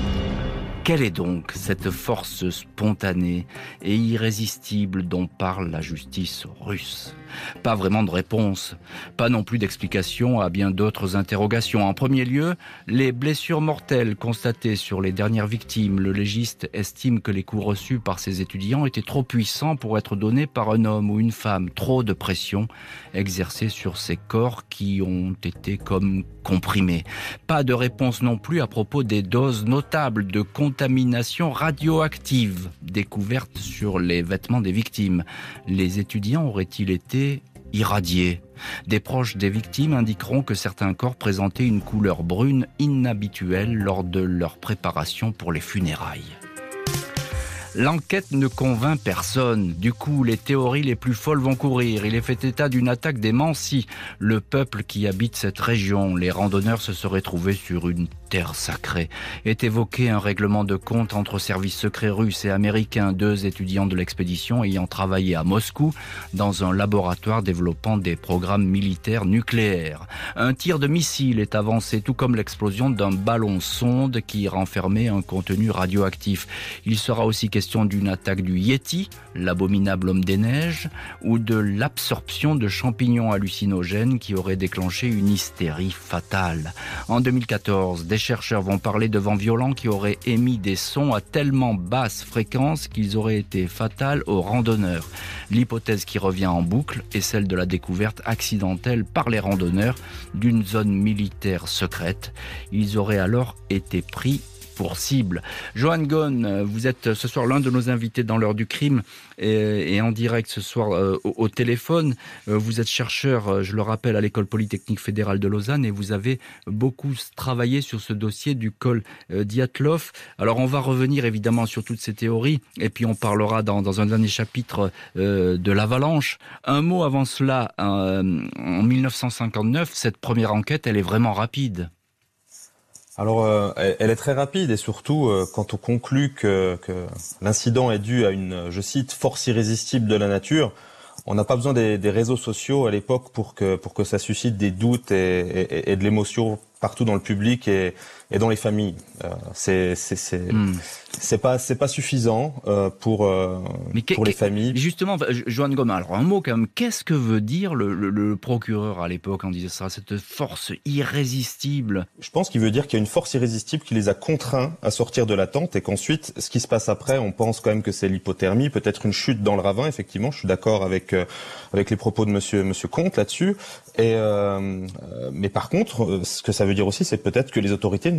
Quelle est donc cette force spontanée et irrésistible dont parle la justice russe ? Pas vraiment de réponse, pas non plus d'explication à bien d'autres interrogations. En premier lieu, les blessures mortelles constatées sur les dernières victimes. Le légiste estime que les coups reçus par ces étudiants étaient trop puissants pour être donnés par un homme ou une femme. Trop de pression exercée sur ces corps qui ont été comme comprimés. Pas de réponse non plus à propos des doses notables de contamination radioactive découvertes sur les vêtements des victimes. Les étudiants auraient-ils été irradiés ? Des proches des victimes indiqueront que certains corps présentaient une couleur brune inhabituelle lors de leur préparation pour les funérailles. L'enquête ne convainc personne. Du coup, les théories les plus folles vont courir. Il est fait état d'une attaque des Mansi, le peuple qui habite cette région. Les randonneurs se seraient trouvés sur une terre sacrée. Est évoqué un règlement de compte entre services secrets russes et américains, deux étudiants de l'expédition ayant travaillé à Moscou dans un laboratoire développant des programmes militaires nucléaires. Un tir de missile est avancé, tout comme l'explosion d'un ballon sonde qui renfermait un contenu radioactif. Il sera aussi question d'une attaque du Yéti, l'abominable homme des neiges, ou de l'absorption de champignons hallucinogènes qui auraient déclenché une hystérie fatale. En deux mille quatorze, des chercheurs vont parler de vents violents qui auraient émis des sons à tellement basse fréquence qu'ils auraient été fatals aux randonneurs. L'hypothèse qui revient en boucle est celle de la découverte accidentelle par les randonneurs d'une zone militaire secrète. Ils auraient alors été pris pour cible. Johan Gone, vous êtes ce soir l'un de nos invités dans l'heure du crime et, et en direct ce soir euh, au, au téléphone. Euh, vous êtes chercheur, je le rappelle, à l'École Polytechnique Fédérale de Lausanne et vous avez beaucoup travaillé sur ce dossier du col euh, Dyatlov. Alors on va revenir évidemment sur toutes ces théories et puis on parlera dans, dans un dernier chapitre euh, de l'avalanche. Un mot avant cela, euh, en mille neuf cent cinquante-neuf, cette première enquête, elle est vraiment rapide. Alors, euh, elle est très rapide et surtout, euh, quand on conclut que, que l'incident est dû à une, je cite, force irrésistible de la nature, on n'a pas besoin des, des réseaux sociaux à l'époque pour que pour que ça suscite des doutes et, et, et de l'émotion partout dans le public et, et dans les familles. Euh, c'est c'est c'est mm. c'est pas c'est pas suffisant euh, pour euh, Mais pour les familles. Justement, Johan Goma, alors un mot quand même. Qu'est-ce que veut dire le, le, le procureur à l'époque en disant ça, cette force irrésistible? Je pense qu'il veut dire qu'il y a une force irrésistible qui les a contraints à sortir de la tente et qu'ensuite, ce qui se passe après, on pense quand même que c'est l'hypothermie, peut-être une chute dans le ravin. Effectivement, je suis d'accord avec euh, avec les propos de Monsieur Monsieur Comte là-dessus. Et euh, mais par contre, ce que ça veut dire aussi, c'est peut-être que les autorités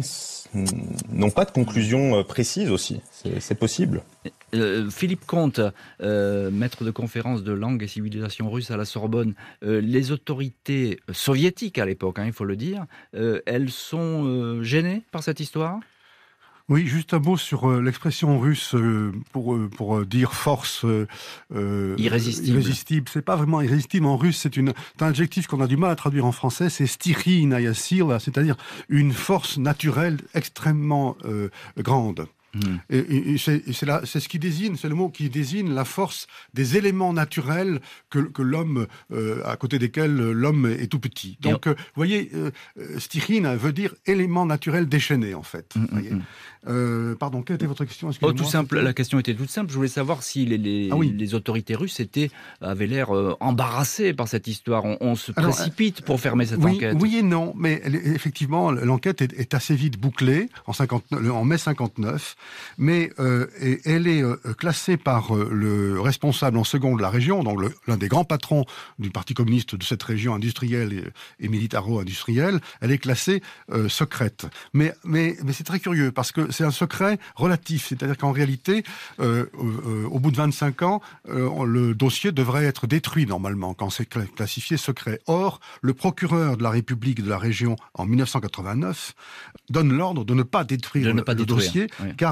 n'ont pas de conclusion précise aussi. C'est, c'est possible. Euh, Philippe Comte, euh, maître de conférence de langue et civilisation russe à la Sorbonne, euh, les autorités soviétiques à l'époque, hein, il faut le dire, euh, elles sont euh, gênées par cette histoire ? Oui, juste un mot sur euh, l'expression russe euh, pour euh, pour euh, dire force euh, irrésistible. irrésistible. C'est pas vraiment irrésistible en russe. C'est une c'est un adjectif qu'on a du mal à traduire en français. C'est stichina sila, c'est-à-dire une force naturelle extrêmement euh, grande. Mmh. Et, et, et, c'est, et c'est, là, c'est ce qui désigne, c'est le mot qui désigne la force des éléments naturels que, que l'homme, euh, à côté desquels l'homme est tout petit. Donc, euh, vous voyez, euh, stichina veut dire élément naturel déchaîné, en fait. Mmh, voyez. Mmh. Euh, pardon, quelle était votre question? Oh, tout simple. La question était toute simple. Je voulais savoir si les, les, ah oui. les autorités russes étaient, avaient l'air euh, embarrassées par cette histoire. On, on se Alors, précipite euh, pour fermer cette oui, enquête. Oui et non, mais effectivement, l'enquête est, est assez vite bouclée en, cinquante-neuf, en mai cinquante-neuf. Mais euh, et, elle est euh, classée par euh, le responsable en second de la région, donc le, l'un des grands patrons du Parti communiste de cette région industrielle et, et militaro-industrielle. Elle est classée euh, secrète. Mais, mais, mais c'est très curieux parce que c'est un secret relatif. C'est-à-dire qu'en réalité, euh, euh, au bout de vingt-cinq ans, euh, le dossier devrait être détruit normalement quand c'est classifié secret. Or, le procureur de la République de la région en mille neuf cent quatre-vingt-neuf donne l'ordre de ne pas détruire, de ne pas le, le détruire. dossier, oui. car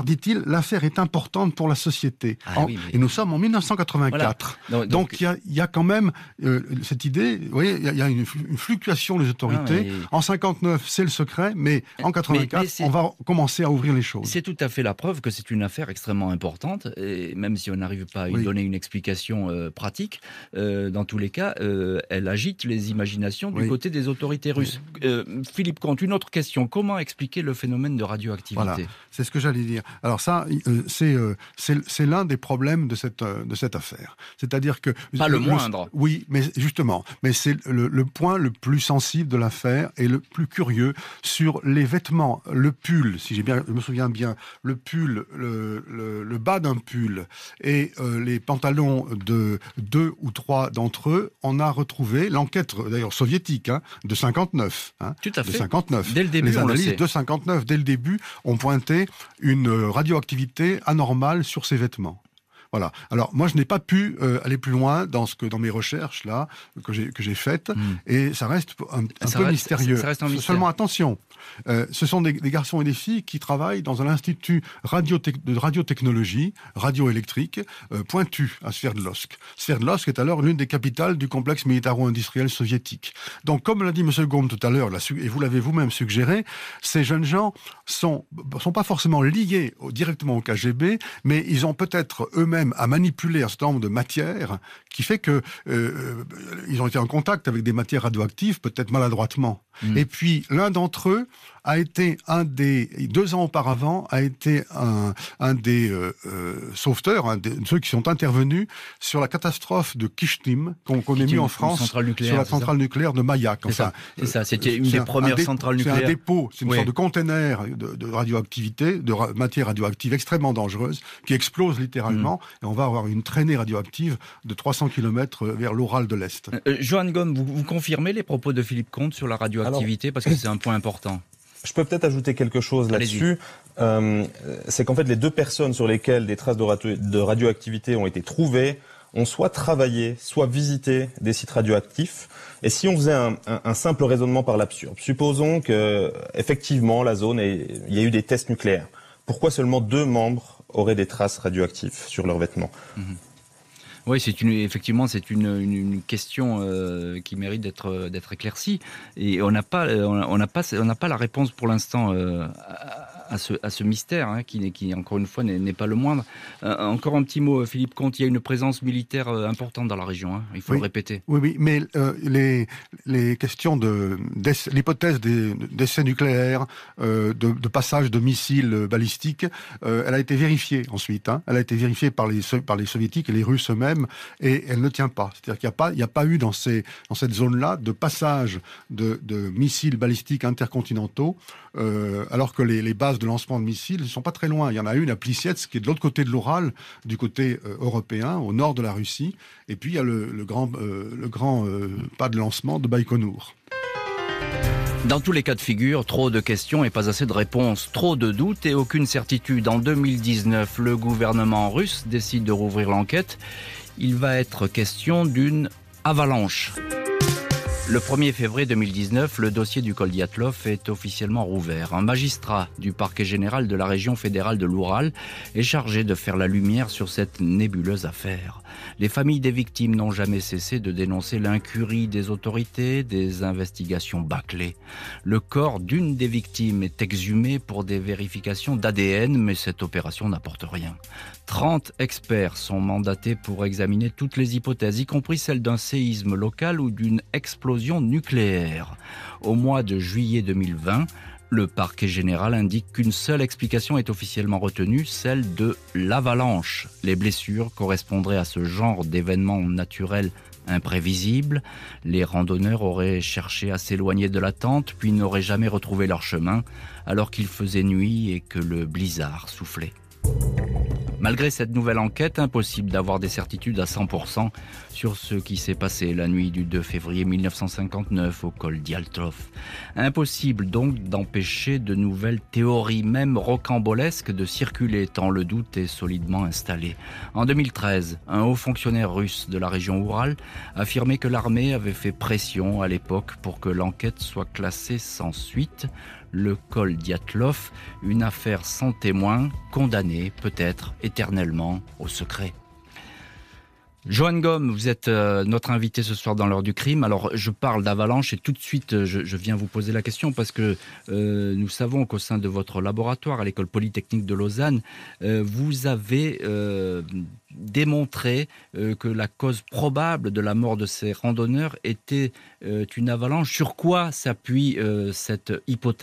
car, dit-il, l'affaire est importante pour la société. Ah, en, oui, mais... Et nous sommes en mille neuf cent quatre-vingt-quatre. Voilà. Donc, donc il y a, y a quand même euh, cette idée, vous voyez, il y, y a une, une fluctuation des autorités. Ah, mais... En cinquante-neuf, c'est le secret, mais en quatre-vingt-quatre, mais, mais on va commencer à ouvrir les choses. C'est tout à fait la preuve que c'est une affaire extrêmement importante, et même si on n'arrive pas à lui oui. donner une explication euh, pratique, euh, dans tous les cas, euh, elle agite les imaginations du oui. côté des autorités russes. Oui. Euh, Philippe Comte, une autre question. Comment expliquer le phénomène de radioactivité ? Voilà, c'est ce que j'allais dire. Alors ça, euh, c'est, euh, c'est, c'est l'un des problèmes de cette, euh, de cette affaire. C'est-à-dire que... Pas le, le moindre. Oui, mais justement, mais c'est le, le point le plus sensible de l'affaire et le plus curieux sur les vêtements, le pull, si j'ai bien, je me souviens bien, le pull, le, le, le bas d'un pull et euh, les pantalons de deux ou trois d'entre eux, on a retrouvé l'enquête, d'ailleurs soviétique, hein, de cinquante-neuf. Hein, Tout à fait. De cinquante-neuf. Dès le début, les analyses on le sait. de cinquante-neuf, dès le début, ont pointé une radioactivité anormale sur ces vêtements. Voilà. Alors moi je n'ai pas pu euh, aller plus loin dans ce que dans mes recherches là que j'ai que j'ai faites mmh. et ça reste un, un ça peu reste, mystérieux. Ça reste un mystère. Seulement attention, euh, ce sont des, des garçons et des filles qui travaillent dans un institut radiotech, de radiotechnologie radioélectrique euh, pointu à Sverdlovsk. Sverdlovsk est alors l'une des capitales du complexe militaro-industriel soviétique. Donc comme l'a dit M. Gaume tout à l'heure et vous l'avez vous-même suggéré, ces jeunes gens sont sont pas forcément liés au, directement au K G B, mais ils ont peut-être eux-mêmes à manipuler un certain nombre de matières qui fait que euh, ils ont été en contact avec des matières radioactives, peut-être maladroitement. Mmh. Et puis l'un d'entre eux a été un des deux ans auparavant a été un, un des euh, euh, sauveteurs, un des ceux qui sont intervenus sur la catastrophe de Kishtim qu'on connaît mieux en France sur la centrale nucléaire de Mayak. C'est enfin, ça. C'est ça. C'était une des un, premières un dé, centrales nucléaires. C'est un dépôt, c'est une oui. sorte de conteneur de, de radioactivité, de ra- matière radioactive extrêmement dangereuse qui explose littéralement. Mmh. Et on va avoir une traînée radioactive de trois cents kilomètres vers l'Oural de l'Est. Euh, Johan Gaume, vous, vous confirmez les propos de Philippe Comte sur la radioactivité? Alors, parce que c'est un point important. Je peux peut-être ajouter quelque chose là-dessus. Euh, c'est qu'en fait, les deux personnes sur lesquelles des traces de, radio- de radioactivité ont été trouvées ont soit travaillé, soit visité des sites radioactifs. Et si on faisait un, un, un simple raisonnement par l'absurde, supposons que effectivement la zone, est, il y a eu des tests nucléaires. Pourquoi seulement deux membres auraient des traces radioactives sur leurs vêtements? Mmh. Oui, c'est une, effectivement, c'est une, une, une question euh, qui mérite d'être, d'être éclaircie. Et on n'a pas, on n'a pas, on n'a pas la réponse pour l'instant euh, à, à, ce, à ce mystère, hein, qui, qui, encore une fois, n'est, n'est pas le moindre. Euh, encore un petit mot, Philippe Comte, il y a une présence militaire importante dans la région, hein, il faut oui, le répéter. Oui, oui, mais euh, les, les questions de l'hypothèse des, d'essais nucléaires, euh, de, de passage de missiles balistiques, euh, elle a été vérifiée ensuite. Hein, elle a été vérifiée par les, par les soviétiques et les Russes eux-mêmes. Et elle ne tient pas. C'est-à-dire qu'il n'y a pas, il n'y a pas eu dans, ces, dans cette zone-là de passage de, de missiles balistiques intercontinentaux, euh, alors que les, les bases de lancement de missiles ne sont pas très loin. Il y en a une à Plisetsk, qui est de l'autre côté de l'Oural, du côté euh, européen, au nord de la Russie. Et puis il y a le, le grand, euh, le grand euh, pas de lancement de Baïkonour. Dans tous les cas de figure, trop de questions et pas assez de réponses, trop de doutes et aucune certitude. En deux mille dix-neuf, le gouvernement russe décide de rouvrir l'enquête. Il va être question d'une avalanche. Le premier février deux mille dix-neuf, le dossier du col Dyatlov est officiellement rouvert. Un magistrat du parquet général de la région fédérale de l'Oural est chargé de faire la lumière sur cette nébuleuse affaire. Les familles des victimes n'ont jamais cessé de dénoncer l'incurie des autorités, des investigations bâclées. Le corps d'une des victimes est exhumé pour des vérifications d'A D N, mais cette opération n'apporte rien. trente experts sont mandatés pour examiner toutes les hypothèses, y compris celle d'un séisme local ou d'une explosion nucléaire. Au mois de juillet deux mille vingt, le parquet général indique qu'une seule explication est officiellement retenue, celle de l'avalanche. Les blessures correspondraient à ce genre d'événements naturels imprévisibles. Les randonneurs auraient cherché à s'éloigner de la tente, puis n'auraient jamais retrouvé leur chemin, alors qu'il faisait nuit et que le blizzard soufflait. Malgré cette nouvelle enquête, impossible d'avoir des certitudes à cent pour cent sur ce qui s'est passé la nuit du deux février mille neuf cent cinquante-neuf au col Dyatlov. Impossible donc d'empêcher de nouvelles théories, même rocambolesques, de circuler tant le doute est solidement installé. En deux mille treize, un haut fonctionnaire russe de la région Oural affirmait que l'armée avait fait pression à l'époque pour que l'enquête soit classée sans suite. Le col Dyatlov, une affaire sans témoin, condamnée peut-être éternellement au secret. Johan Gom, vous êtes euh, notre invité ce soir dans l'heure du crime. Alors je parle d'avalanche et tout de suite je, je viens vous poser la question parce que euh, nous savons qu'au sein de votre laboratoire à l'école polytechnique de Lausanne, euh, vous avez euh, démontré euh, que la cause probable de la mort de ces randonneurs était euh, une avalanche. Sur quoi s'appuie euh, cette hypothèse ?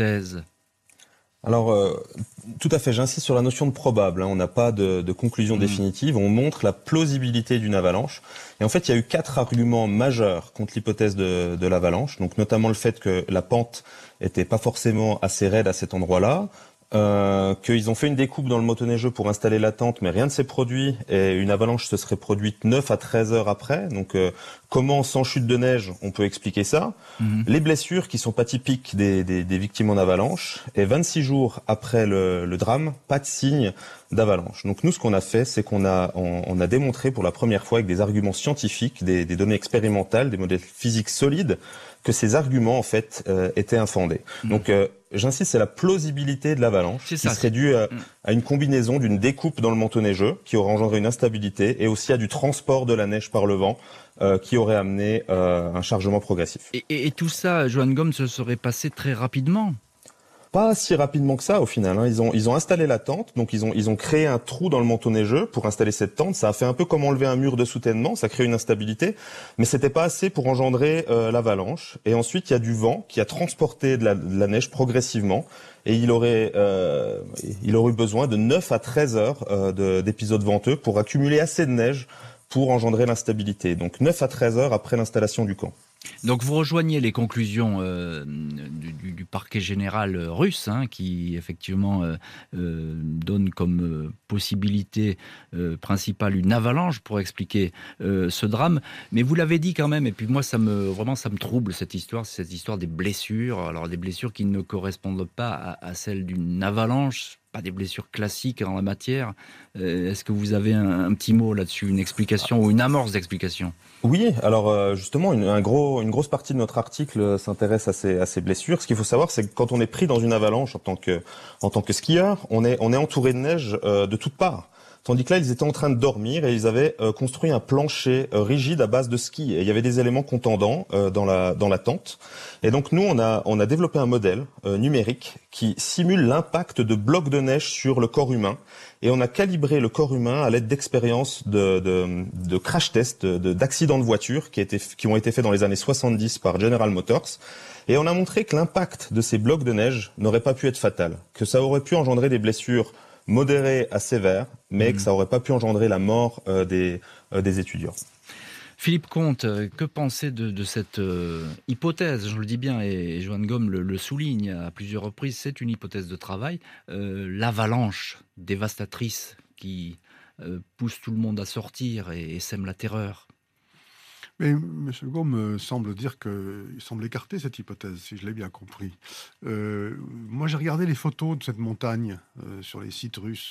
Alors, euh, tout à fait, j'insiste sur la notion de probable. Hein. On n'a pas de, de conclusion mmh. définitive. On montre la plausibilité d'une avalanche. Et en fait, il y a eu quatre arguments majeurs contre l'hypothèse de, de l'avalanche. Donc, notamment le fait que la pente était pas forcément assez raide à cet endroit-là. Euh, qu'ils ont fait une découpe dans le motoneigeux pour installer la tente, mais rien ne s'est produit et une avalanche se serait produite neuf à treize heures après. Donc, euh, comment, sans chute de neige, on peut expliquer ça ? Mmh. Les blessures qui sont pas typiques des, des, des victimes en avalanche. Et vingt-six jours après le, le drame, pas de signe d'avalanche. Donc, nous, ce qu'on a fait, c'est qu'on a, on, on a démontré pour la première fois avec des arguments scientifiques, des, des données expérimentales, des modèles physiques solides, que ces arguments, en fait, euh, étaient infondés. Mmh. Donc, euh, j'insiste, c'est la plausibilité de l'avalanche qui ça, serait due à, mmh. à une combinaison d'une découpe dans le manteau neigeux qui aurait engendré une instabilité et aussi à du transport de la neige par le vent euh, qui aurait amené euh, un chargement progressif. Et, et, et tout ça, Johan Gom, se serait passé très rapidement ? Pas si rapidement que ça au final. Hein. Ils ont ils ont installé la tente, donc ils ont ils ont créé un trou dans le manteau neigeux pour installer cette tente. Ça a fait un peu comme enlever un mur de soutènement, ça crée une instabilité, mais c'était pas assez pour engendrer euh, l'avalanche. Et ensuite il y a du vent qui a transporté de la, de la neige progressivement. Et il aurait euh, il aurait eu besoin de neuf à treize heures euh, de, d'épisodes venteux pour accumuler assez de neige pour engendrer l'instabilité. Donc neuf à treize heures après l'installation du camp. Donc vous rejoignez les conclusions euh, du, du, du parquet général russe, hein, qui effectivement euh, euh, donne comme euh, possibilité euh, principale une avalanche pour expliquer euh, ce drame. Mais vous l'avez dit quand même, et puis moi ça me vraiment ça me trouble cette histoire, c'est cette histoire des blessures. Alors des blessures qui ne correspondent pas à, à celles d'une avalanche. Pas des blessures classiques en la matière. Euh, est-ce que vous avez un, un petit mot là-dessus, une explication ou une amorce d'explication ? Oui, alors euh, justement, une, un gros, une grosse partie de notre article s'intéresse à ces, à ces blessures. Ce qu'il faut savoir, c'est que quand on est pris dans une avalanche en tant que, en tant que skieur, on est, on est entouré de neige euh, de toutes parts. Tandis que là, ils étaient en train de dormir et ils avaient euh, construit un plancher euh, rigide à base de ski. Et il y avait des éléments contendants euh, dans la dans la tente. Et donc nous, on a on a développé un modèle euh, numérique qui simule l'impact de blocs de neige sur le corps humain. Et on a calibré le corps humain à l'aide d'expériences de, de, de crash tests, de, d'accidents de voiture qui, étaient, qui ont été faits dans les années soixante-dix par General Motors. Et on a montré que l'impact de ces blocs de neige n'aurait pas pu être fatal, que ça aurait pu engendrer des blessures modérées à sévères, mais mmh. que ça n'aurait pas pu engendrer la mort euh, des, euh, des étudiants. Philippe Comte, que penser de, de cette euh, hypothèse ? Je le dis bien, et Johan Gom le, le souligne à plusieurs reprises, c'est une hypothèse de travail. Euh, l'avalanche dévastatrice qui euh, pousse tout le monde à sortir et, et sème la terreur. Mais M. Gom semble dire qu'il semble écarter cette hypothèse, si je l'ai bien compris. Euh, moi, j'ai regardé les photos de cette montagne euh, sur les sites russes.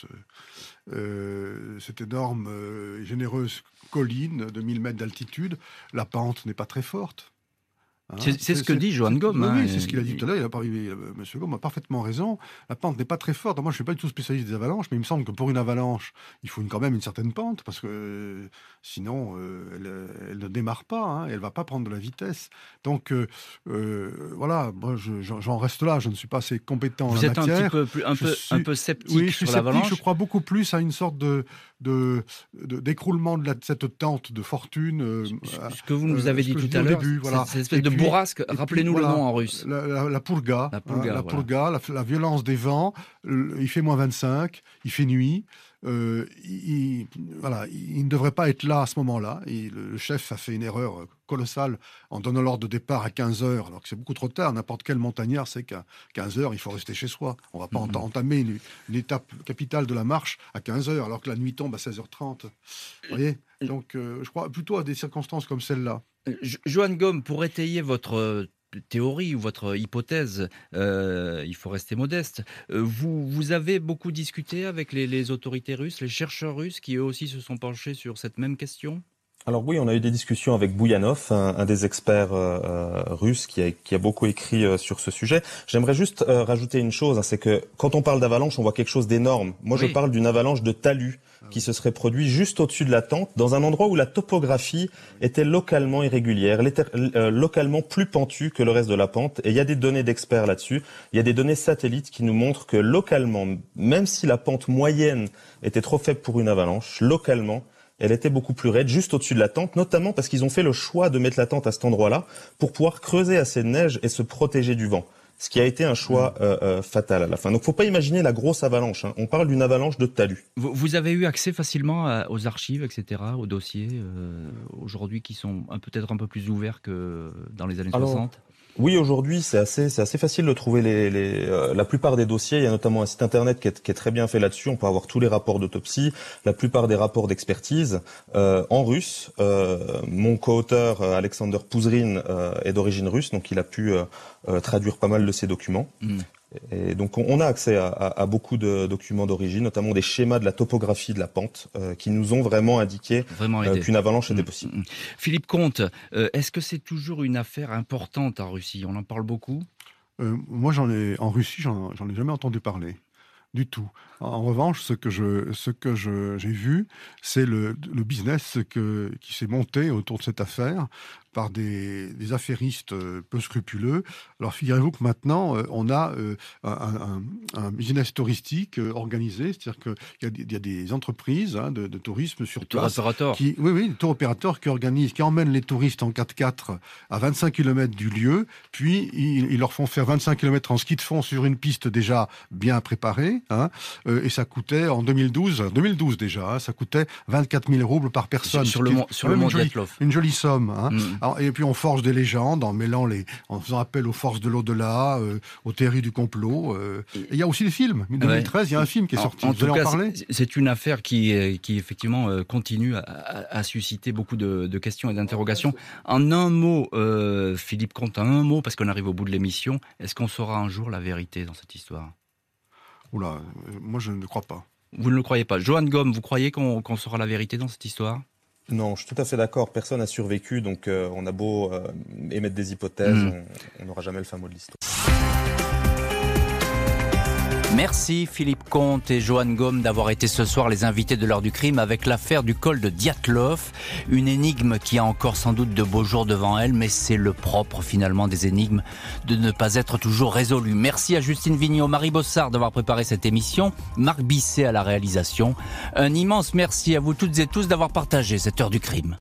Euh, cette énorme et euh, généreuse colline de mille mètres d'altitude. La pente n'est pas très forte. Hein, c'est, c'est, c'est ce que dit Johan Gom. Oui, hein, oui, c'est ce qu'il a dit tout à l'heure. Il a pas, il, M. Gom a parfaitement raison. La pente n'est pas très forte. Moi, je ne suis pas du tout spécialiste des avalanches, mais il me semble que pour une avalanche, il faut une, quand même une certaine pente, parce que euh, sinon, euh, elle, elle ne démarre pas. Hein, elle ne va pas prendre de la vitesse. Donc, euh, euh, voilà, moi, je, j'en reste là. Je ne suis pas assez compétent Vous en la êtes matière. un, petit peu, plus, un, peu, suis, un peu sceptique oui, je sur suis l'avalanche. Sceptique, je crois beaucoup plus à une sorte de, de, de d'écroulement de, la, de cette tente de fortune. Euh, ce que vous nous avez euh, dit tout à l'heure, début, voilà. cette espèce de puis, bourrasque, rappelez-nous puis, le voilà, nom en russe. La, la, la purga, la, purga, hein, la, voilà. purga la, la violence des vents. Il fait moins vingt-cinq, il fait nuit. Euh, il, il, voilà, il ne devrait pas être là à ce moment-là. Et le, le chef a fait une erreur colossale en donnant l'ordre de départ à quinze heures, alors que c'est beaucoup trop tard. N'importe quel montagnard sait qu'à quinze heures, il faut rester chez soi. On ne va pas mm-hmm. entamer une, une étape capitale de la marche à quinze heures, alors que la nuit tombe à seize heures trente. Vous voyez ? Donc, euh, je crois plutôt à des circonstances comme celle-là. Johan Gom, pour étayer votre théorie ou votre hypothèse, euh, il faut rester modeste. Euh, vous, vous avez beaucoup discuté avec les, les autorités russes, les chercheurs russes qui eux aussi se sont penchés sur cette même question ? Alors oui, on a eu des discussions avec Bouyanov, un, un des experts euh, russes qui a, qui a beaucoup écrit euh, sur ce sujet. J'aimerais juste euh, rajouter une chose, hein, c'est que quand on parle d'avalanche, on voit quelque chose d'énorme. Moi, oui. je parle d'une avalanche de talus qui se serait produit juste au-dessus de la tente, dans un endroit où la topographie était localement irrégulière, euh, localement plus pentue que le reste de la pente. Et il y a des données d'experts là-dessus. Il y a des données satellites qui nous montrent que localement, même si la pente moyenne était trop faible pour une avalanche, localement, elle était beaucoup plus raide, juste au-dessus de la tente, notamment parce qu'ils ont fait le choix de mettre la tente à cet endroit-là pour pouvoir creuser assez de neige et se protéger du vent. Ce qui a été un choix euh, euh, fatal à la fin. Donc, faut pas imaginer la grosse avalanche. Hein. On parle d'une avalanche de talus. Vous, vous avez eu accès facilement à, aux archives, et cetera, aux dossiers euh, aujourd'hui qui sont un, peut-être un peu plus ouverts que dans les années Alors, soixante. Oui, aujourd'hui, c'est assez, c'est assez facile de trouver les, les, euh, la plupart des dossiers. Il y a notamment un site internet qui est, qui est très bien fait là-dessus. On peut avoir tous les rapports d'autopsie, la plupart des rapports d'expertise euh, en russe. Euh, mon co-auteur euh, Alexander Pouzrin euh, est d'origine russe, donc il a pu euh, euh, traduire pas mal de ces documents. Mmh. Et donc on a accès à, à, à beaucoup de documents d'origine, notamment des schémas de la topographie de la pente, euh, qui nous ont vraiment indiqué vraiment euh, qu'une avalanche était possible. Mmh. Philippe Comte, euh, est-ce que c'est toujours une affaire importante en Russie ? On en parle beaucoup ? euh, Moi, j'en ai en Russie, j'en, j'en ai jamais entendu parler. Du tout. En revanche, ce que je, ce que je, j'ai vu, c'est le, le business que, qui s'est monté autour de cette affaire par des, des affairistes peu scrupuleux. Alors, figurez-vous que maintenant, on a un, un, un business touristique organisé, c'est-à-dire qu'il y a, y a des entreprises hein, de, de tourisme sur place. Tour opérateurs. Qui, oui, oui, des tour opérateurs qui organisent, qui emmènent les touristes en quatre-quatre à vingt-cinq kilomètres du lieu, puis ils, ils leur font faire vingt-cinq kilomètres en ski de fond sur une piste déjà bien préparée, hein, euh, et ça coûtait en deux mille douze, deux mille douze déjà, hein, ça coûtait vingt-quatre mille roubles par personne. Sur, sur le, mon, sur le mont Dyatlov. Une jolie somme. Hein. Mm. Alors, et puis on forge des légendes en mêlant les, en faisant appel aux forces de l'au-delà, euh, aux théories du complot. Euh, et il y a aussi des films. En deux mille treize, il ouais. y a un film qui est sorti. En, en Vous tout allez cas, en parler ? c'est, c'est une affaire qui, qui effectivement continue à, à, à susciter beaucoup de, de questions et d'interrogations. En un mot, euh, Philippe Comte, en un mot, parce qu'on arrive au bout de l'émission, est-ce qu'on saura un jour la vérité dans cette histoire ? Oula, euh, moi je ne crois pas. Vous ne le croyez pas. Johan Gom, vous croyez qu'on, qu'on saura la vérité dans cette histoire ? Non, je suis tout à fait d'accord. Personne n'a survécu, donc euh, on a beau euh, émettre des hypothèses, mmh. on n'aura jamais le fin mot de l'histoire. Merci Philippe Comte et Johan Gom d'avoir été ce soir les invités de l'heure du crime avec l'affaire du col de Dyatlov. Une énigme qui a encore sans doute de beaux jours devant elle, mais c'est le propre finalement des énigmes de ne pas être toujours résolue. Merci à Justine Vignot, Marie Bossard d'avoir préparé cette émission, Marc Bisset à la réalisation. Un immense merci à vous toutes et tous d'avoir partagé cette heure du crime.